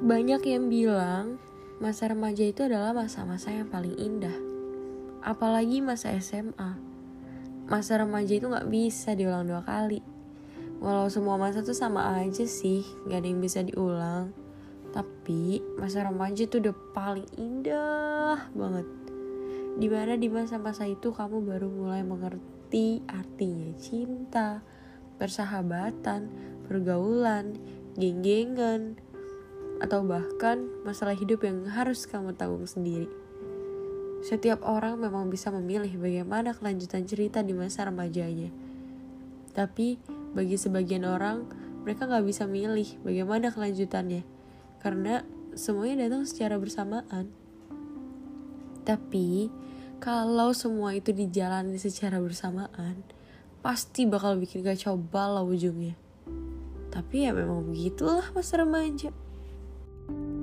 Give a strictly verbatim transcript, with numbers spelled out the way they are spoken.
Banyak yang bilang masa remaja itu adalah masa-masa yang paling indah. Apalagi masa S M A. Masa remaja itu gak bisa diulang dua kali. Walau semua masa tuh sama aja sih, gak ada yang bisa diulang. Tapi masa remaja itu udah paling indah banget. Dimana di masa-masa itu kamu baru mulai mengerti artinya cinta, persahabatan, pergaulan, geng-gengan, atau bahkan masalah hidup yang harus kamu tanggung sendiri. Setiap orang memang bisa memilih bagaimana kelanjutan cerita di masa remajanya. Tapi bagi sebagian orang, mereka gak bisa milih bagaimana kelanjutannya. Karena semuanya datang secara bersamaan. Tapi kalau semua itu dijalani secara bersamaan, pasti bakal bikin kacau balau ujungnya. Tapi ya memang begitulah masa remaja.